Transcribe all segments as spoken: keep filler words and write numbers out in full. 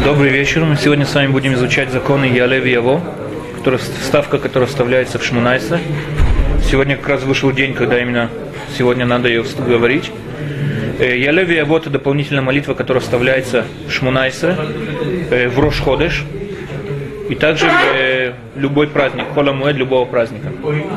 Добрый вечер. Мы сегодня с вами будем изучать законы Яле Вияво, вставка, которая вставляется в Шмонайсре. Сегодня как раз вышел день, когда именно сегодня надо ее говорить. Яле Вияво — это дополнительная молитва, которая вставляется в Шмонайсре, в Рош Ходеш, и также в любой праздник, Хол ха-Муэд, любого праздника.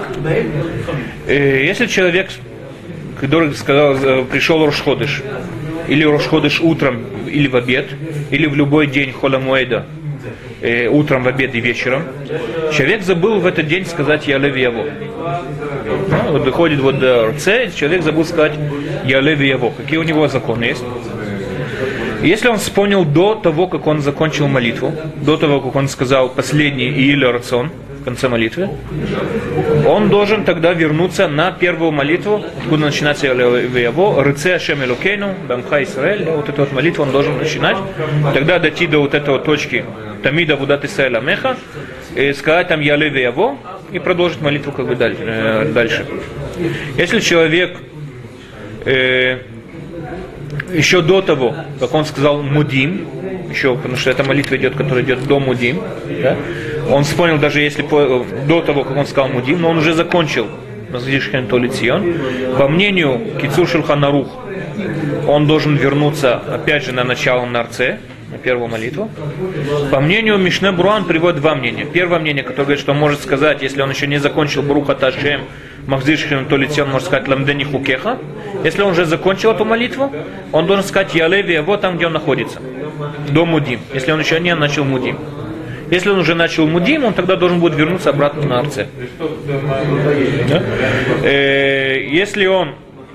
Если человек, который сказал, пришел Рош Ходеш, или Рош Ходеш утром, или в обед, или в любой день Хол ха-Муэда, э, утром, в обед и вечером, человек забыл в этот день сказать Яле Вияво. Ну, вот доходит вот до Р, человек забыл сказать Яле Вияво. Какие у него законы есть? Если он вспомнил до того, как он закончил молитву, до того, как он сказал последний Ииль Рацон в конце молитвы, он должен тогда вернуться на первую молитву, откуда начинается Яле Вияво, Рце Ашем Элокейну, Бамха Исраэль, вот эту вот молитву он должен начинать, тогда дойти до вот этой вот точки Тамида Вудат Исраэль Амеха, и сказать там Яле Вияво, и продолжить молитву как бы дальше. Если человек э, еще до того, как он сказал Мудим, еще, потому что эта молитва идет, которая идет до Мудим, да? Он вспомнил, даже если по, до того, как он сказал Мудим, но он уже закончил Маздишхен Толицион. По мнению Кицур Шулхан Арух, он должен вернуться опять же на начало на Р, на первую молитву. По мнению Мишне Брура он приводит два мнения. Первое мнение, которое говорит, что он может сказать, если он еще не закончил Барух ата Ашем, Махдишхин Толицион, может сказать Ламдени Хукеха. Если он уже закончил эту молитву, он должен сказать Яле Вияво там, где он находится, до Мудим, если он еще не начал Мудим. Если он уже начал Мудим, он тогда должен будет вернуться обратно на Р. Да? Э, если он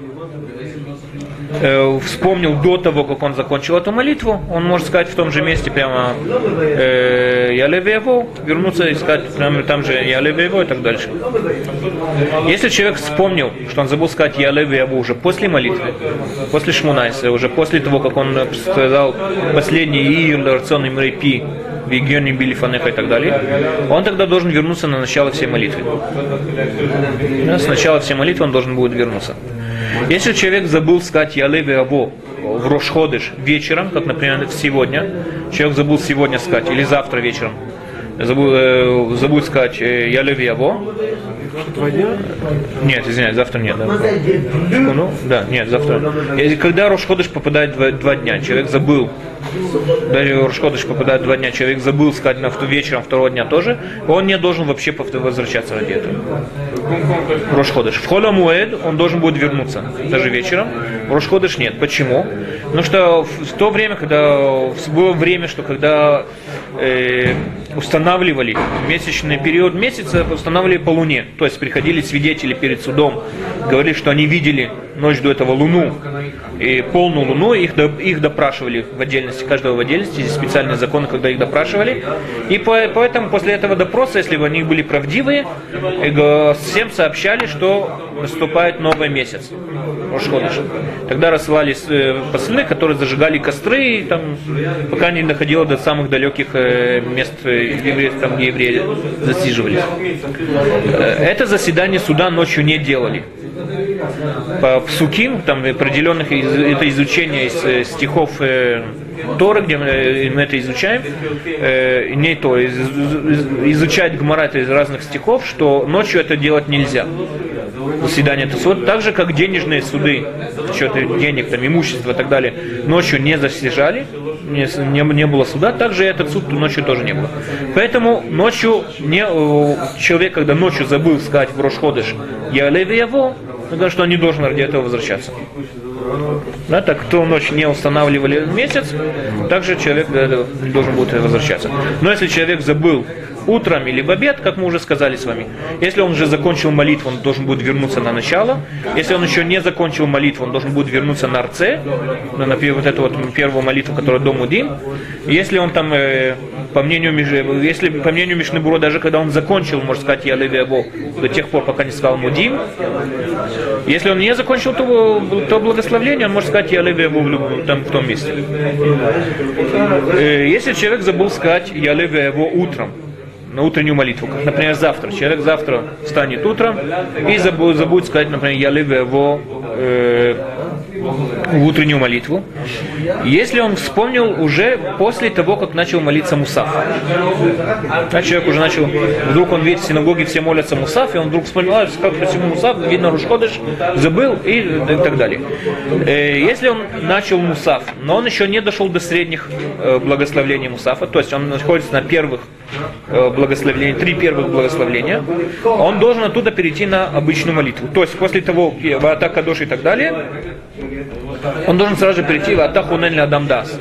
э, вспомнил до того, как он закончил эту молитву, он может сказать в том же месте прямо э, Яле Вияво, вернуться и сказать прямо там же Яле Вияво и так дальше. Если человек вспомнил, что он забыл сказать Яле Вияво уже после молитвы, после Шмонайсре, уже после того, как он сказал последний Ииль Рацон Имрей Пи, Вегиони Билифанеха и так далее, он тогда должен вернуться на начало всей молитвы. Да, с начала всей молитвы он должен будет вернуться. Если человек забыл сказать Яле Вияво в Рош Ходеш вечером, как, например, сегодня, человек забыл сегодня сказать, или завтра вечером, забыл, э, забыл сказать э, Яле Вияво. Нет, извиняюсь, завтра нет. Да, ну, да нет, завтра. Когда Рош Ходеш попадает два, два дня, человек забыл, даже Рош Ходеш попадает два дня, человек забыл сказать на вечером второго дня тоже, он не должен вообще возвращаться ради этого. Рош Ходеш. В Хол ха-Муэд он должен будет вернуться, даже вечером. В Рош Ходеш нет. Почему? Потому что в то время, когда было время, что когда э, устанавливали месячный период месяца, устанавливали по луне. То есть приходили свидетели перед судом, говорили, что они видели ночь до этого луну, и полную луну, их, их допрашивали в отдельности, каждого в отдельности, здесь специальные законы, когда их допрашивали. И поэтому после этого допроса, если бы они были правдивые, всем сообщали, что наступает новый месяц, Рош Ходеш. Тогда рассылались послы, которые зажигали костры, там, пока не доходило до самых далеких мест евреев, там, где евреи засиживались. Это заседание суда ночью не делали. По псуким, там определенных, это изучение из стихов э, Торы, где мы, мы это изучаем, э, не то, из, изучать Гемара из разных стихов, что ночью это делать нельзя. Заседание это суд, так же как денежные суды, счеты денег, там, имущества и так далее, ночью не заседали, не, не, не было суда, также этот суд ночью тоже не было. Поэтому ночью не, человек, когда ночью забыл сказать в Рош Ходеш Яле Вияво, потому что он не должен ради этого возвращаться. Да, так кто ночь не устанавливали месяц, также человек да, должен будет возвращаться. Но если человек забыл утром или в обед, как мы уже сказали с вами, если он уже закончил молитву, он должен будет вернуться на начало. Если он еще не закончил молитву, он должен будет вернуться на Р, на, на вот эту вот первую молитву, которая до Мудим. Если он там, э, по мнению если по мнению Мишне Брура, даже когда он закончил, можно сказать, Яле Вияво, до тех пор, пока не сказал Мудим. Если он не закончил, то, то благословление, он может сказать Яле Вияво там в том месте. Э, если человек забыл сказать Яле Вияво утром, на утреннюю молитву, как, например, завтра. Человек завтра встанет утром и забудет, забудет сказать, например, Яле Вияво э, в утреннюю молитву, если он вспомнил уже после того, как начал молиться мусаф. А человек уже начал, вдруг он видит в синагоге все молятся мусаф, и он вдруг вспомнил, а, как почему мусаф, видно Рош ходеш, забыл и, и так далее. Если он начал мусаф, но он еще не дошел до средних благословлений мусафа, то есть он находится на первых благословлениях, три первых благословления, он должен оттуда перейти на обычную молитву. То есть после того, ваата кадош и так далее, он должен сразу же перейти в ваата хунен адам дас.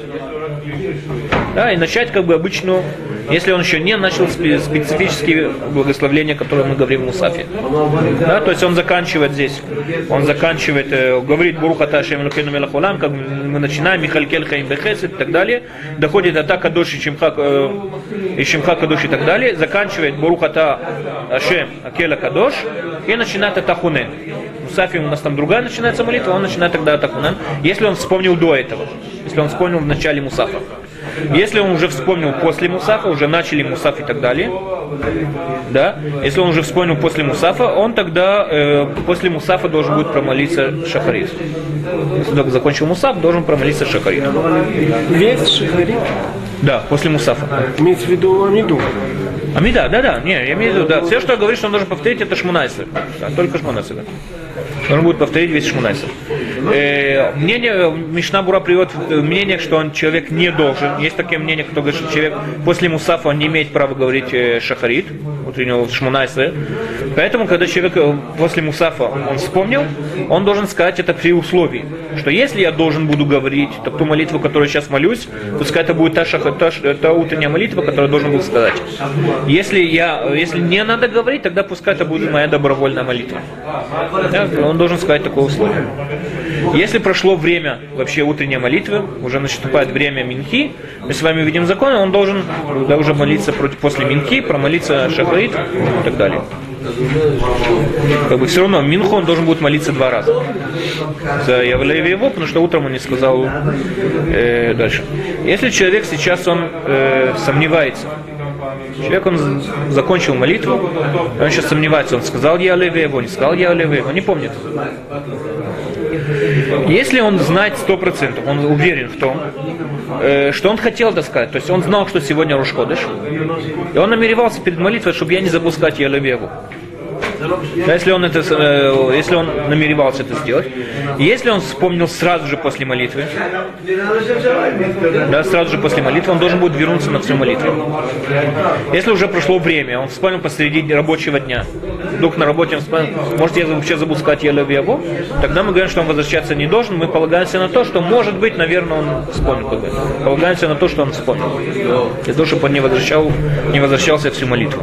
Да, и начать как бы обычную, если он еще не начал специфические благословления, которые мы говорим в мусафе. Да, то есть он заканчивает здесь, он заканчивает, э, говорит Барух ата Ашем Элокейну мелech олам, как мы начинаем, Михалькель хаим бехесед и так далее, доходит ата кадош и шимха кадош и так далее, заканчивает Барух ата Ашем Акеля кадош и начинает ата хунен. В мусафе у нас там другая начинается молитва, он начинает тогда ата хунен, если он вспомнил до этого, если он вспомнил в начале мусафа. Если он уже вспомнил после мусафа, уже начали мусаф и так далее, да, если он уже вспомнил после мусафа, он тогда э, после мусафа должен будет промолиться шахарит. Если он закончил мусаф, должен промолиться шахарит. Весь шахарит? Да, после мусафа. Имеется в виду Амиду? Амида, да, да, не, я имею в виду, да. Все, что я говорю, что он должен повторить, это шмунайсер. Да, только шмунайсер, да. Он будет повторить весь шмунайсер. Э, мнение, Мишна Бура приводит мнение, что он, человек не должен. Есть такое мнение, кто говорит, что человек после мусафа он не имеет права говорить э, шахарит, утреннего шмунайсер. Поэтому, когда человек после мусафа он вспомнил, он должен сказать это при условии, что если я должен буду говорить то, ту молитву, которую я сейчас молюсь, пускай это будет та, шах, та, та утренняя молитва, которую я должен буду сказать. Если, я, если не надо говорить, тогда пускай это будет моя добровольная молитва. Да? Он должен сказать такое условие. Если прошло время вообще утренней молитвы, уже наступает время минхи, мы с вами видим закон, он должен да, уже молиться против, после минхи, промолиться шахарит и так далее. Как бы все равно минху он должен будет молиться два раза. За явление его, потому что утром он не сказал э, дальше. Если человек сейчас он э, сомневается, человек он закончил молитву, он сейчас сомневается, он сказал я его, не сказал я его, не помнит. Если он знает сто процентов, он уверен в том, э, что он хотел это сказать, то есть он знал, что сегодня Рош ходеш, и он намеревался перед молитвой, чтобы я не забыл сказать я его. Да, если он это, э, если он намеревался это сделать, если он вспомнил сразу же после молитвы, да, сразу же после молитвы, он должен будет вернуться на всю молитву. Если уже прошло время, он вспомнил посреди рабочего дня, вдруг на работе он вспомнил, может я вообще забыл сказать я его, тогда мы говорим, что он возвращаться не должен, мы полагаемся на то, что может быть, наверное, он вспомнил, как бы. Полагаемся на то, что он вспомнил, для того, чтобы он не, возвращал, не возвращался всю молитву.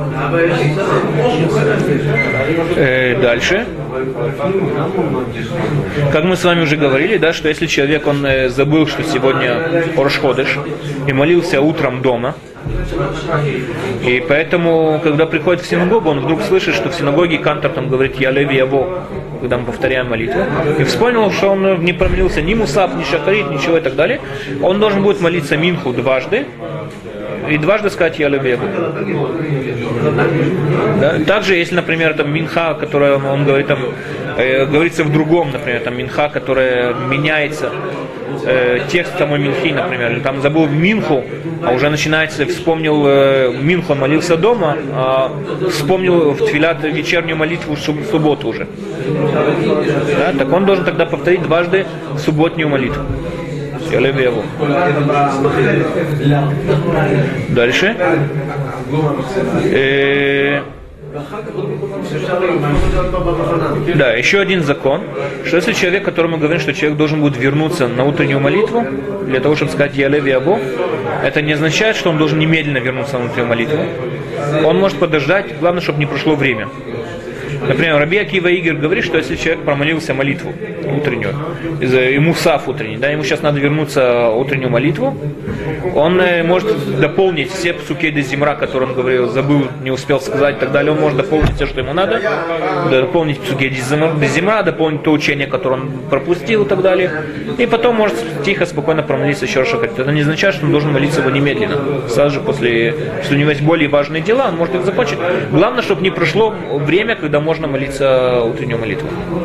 Э, дальше. Как мы с вами уже говорили, да, что если человек он э, забыл, что сегодня Рош ходеш и молился утром дома, и поэтому, когда приходит в синагогу, он вдруг слышит, что в синагоге кантор там говорит «Я леви яво», когда мы повторяем молитву, и вспомнил, что он не промолился ни мусаф, ни шахарит, ничего и так далее, он должен будет молиться минху дважды, и дважды сказать «Я леви яво». Да? Также, если, например, там минха, которая он, он говорит, там, э, говорится в другом, например, там минха, которая меняется, э, текст самой минхи, например, или там забыл минху, а уже начинается, вспомнил э, минху, он молился дома, а вспомнил в тфилат вечернюю молитву в субботу уже. Да? Так он должен тогда повторить дважды субботнюю молитву. Дальше. Э, да, еще один закон, что если человек, которому мы говорим, что человек должен будет вернуться на утреннюю молитву, для того, чтобы сказать «Я леви або», это не означает, что он должен немедленно вернуться на утреннюю молитву. Он может подождать, главное, чтобы не прошло время. Например, Раби Акива Игер говорит, что если человек промолился молитву утреннюю, ему саф утренний, да, ему сейчас надо вернуться утреннюю молитву, он э, может дополнить все псукей де зимра, которые он говорил, забыл, не успел сказать и так далее, он может дополнить все, что ему надо, дополнить псукей де зимра, дополнить то учение, которое он пропустил и так далее, и потом может тихо, спокойно промолиться еще раз шахарит. Это не означает, что он должен молиться его немедленно, сразу же после, если у него есть более важные дела, он может их закончить. Главное, чтобы не прошло время, когда можно можно молиться утреннюю молитву.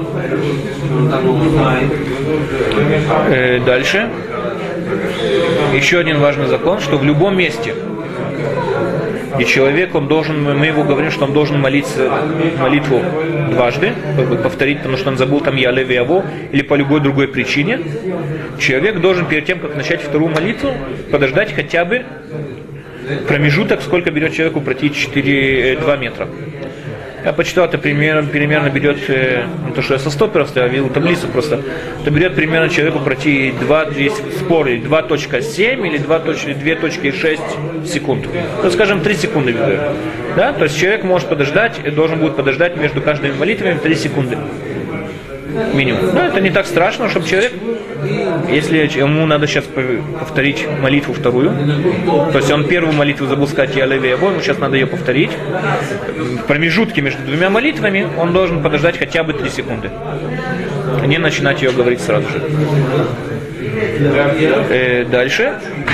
Э, дальше. Еще один важный закон, что в любом месте, и человек, он должен, мы его говорим, что он должен молиться молитву дважды, как бы повторить, потому что он забыл там Я Лев Яво, или по любой другой причине. Человек должен перед тем, как начать вторую молитву, подождать хотя бы промежуток, сколько берет человеку пройти четыре, два метра. Я почитал, это примерно, примерно берет, не то что я со стопера ставил таблицу просто, это берет примерно человеку пройти два, есть споры, два точка семь или два точка шесть секунд. Ну, скажем, три секунды берет. Да? То есть человек может подождать, должен будет подождать между каждыми молитвами три секунды. Минимум. Но это не так страшно, чтобы человек, если ему надо сейчас повторить молитву вторую, то есть он первую молитву забыл сказать Я Лев Яво, ему сейчас надо ее повторить. В промежутке между двумя молитвами он должен подождать хотя бы три секунды. Не начинать ее говорить сразу же. Э, дальше.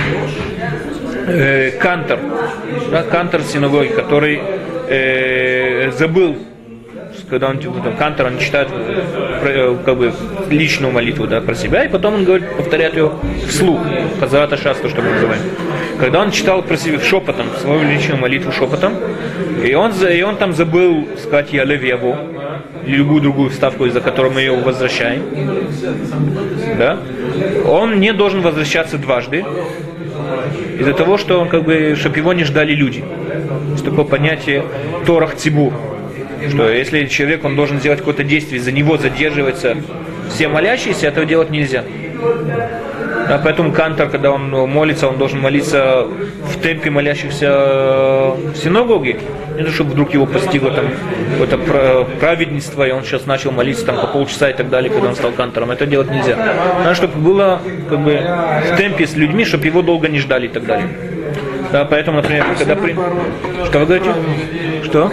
Э, кантор. Да, кантор синагоги, который э, забыл, когда он там, кантор, он читает как бы личную молитву, да, про себя, и потом он говорит, повторяет ее вслух, Хазарат ха-Шас, то, что мы называем. Когда он читал про себя шепотом, свою личную молитву шепотом, и он, и он там забыл сказать Я Лев Яво, или любую другую вставку, из-за которой мы ее возвращаем, да, он не должен возвращаться дважды, из-за того, что он, как бы, чтобы его не ждали люди. Есть такое понятие Торах Цибур, что если человек, он должен сделать какое-то действие, за него задерживаются все молящиеся, этого делать нельзя. А поэтому кантор, когда он молится, он должен молиться в темпе молящихся в синагоге. Не то, чтобы вдруг его постигло там какое-то праведничество, и он сейчас начал молиться там по полчаса и так далее, когда он стал кантором. Это делать нельзя. Надо, чтобы было как бы в темпе с людьми, чтобы его долго не ждали и так далее. Да, поэтому, например, когда при... Что вы говорите? Что?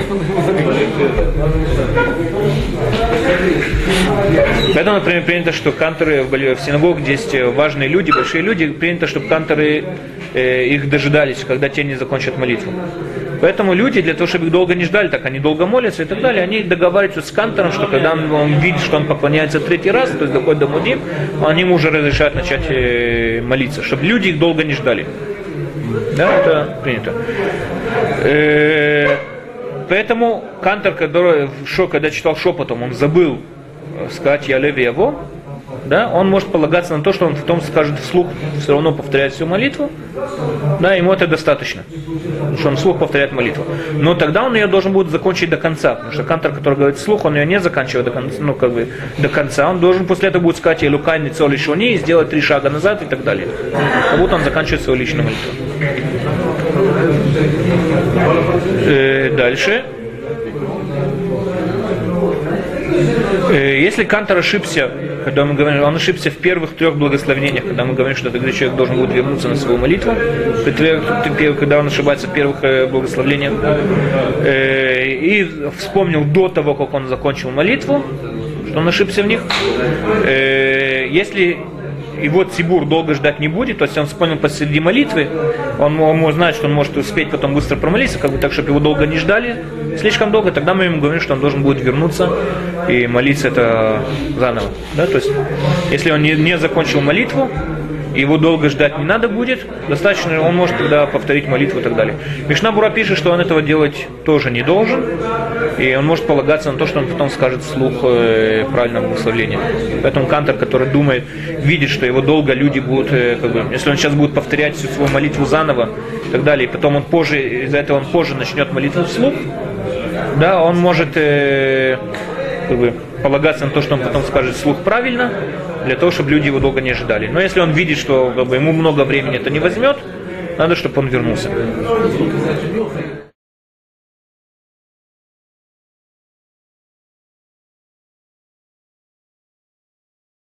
Поэтому, например, принято, что канторы в синагогах, где есть важные люди, большие люди, принято, чтобы канторы э, их дожидались, когда те не закончат молитву. Поэтому люди, для того, чтобы их долго не ждали, так они долго молятся и так далее, они договариваются с кантором, что когда он, он видит, что он поклоняется третий раз, то есть доходит до Мудим, они ему уже разрешают начать э, молиться, чтобы люди их долго не ждали. Да, это принято. Э, поэтому кантор, который, когда читал шепотом, он забыл сказать Я Лев Яво, да, он может полагаться на то, что он потом скажет вслух, все равно повторяет всю молитву, да, ему это достаточно, потому что он вслух повторяет молитву. Но тогда он ее должен будет закончить до конца, потому что кантор, который говорит вслух, он ее не заканчивает до конца, ну, как бы, до конца, он должен после этого будет сказать «Элукай ницол лишони» и сделать три шага назад и так далее. Как будто он заканчивает свою личную молитву. Э, дальше. Если кантор ошибся, когда мы говорим, он ошибся в первых трех благословениях, когда мы говорим, что тогда человек должен будет вернуться на свою молитву, когда он ошибается в первых благословениях, и вспомнил до того, как он закончил молитву, что он ошибся в них, если его цибур долго ждать не будет, то есть он вспомнил посреди молитвы, он, он знает, что он может успеть потом быстро промолиться, как бы так, чтобы его долго не ждали, слишком долго, тогда мы ему говорим, что он должен будет вернуться и молиться это заново. Да? То есть, если он не, не закончил молитву, его долго ждать не надо будет, достаточно, он может тогда повторить молитву и так далее. Мишна Бура пишет, что он этого делать тоже не должен, и он может полагаться на то, что он потом скажет вслух э, правильное благословение. Поэтому кантор, который думает, видит, что его долго люди будут, э, как бы, если он сейчас будет повторять всю свою молитву заново и так далее, и потом он позже, из-за этого он позже начнет молитву вслух, да, он может э, как бы, полагаться на то, что он потом скажет вслух правильно, для того, чтобы люди его долго не ожидали. Но если он видит, что как бы, ему много времени это не возьмет, надо, чтобы он вернулся.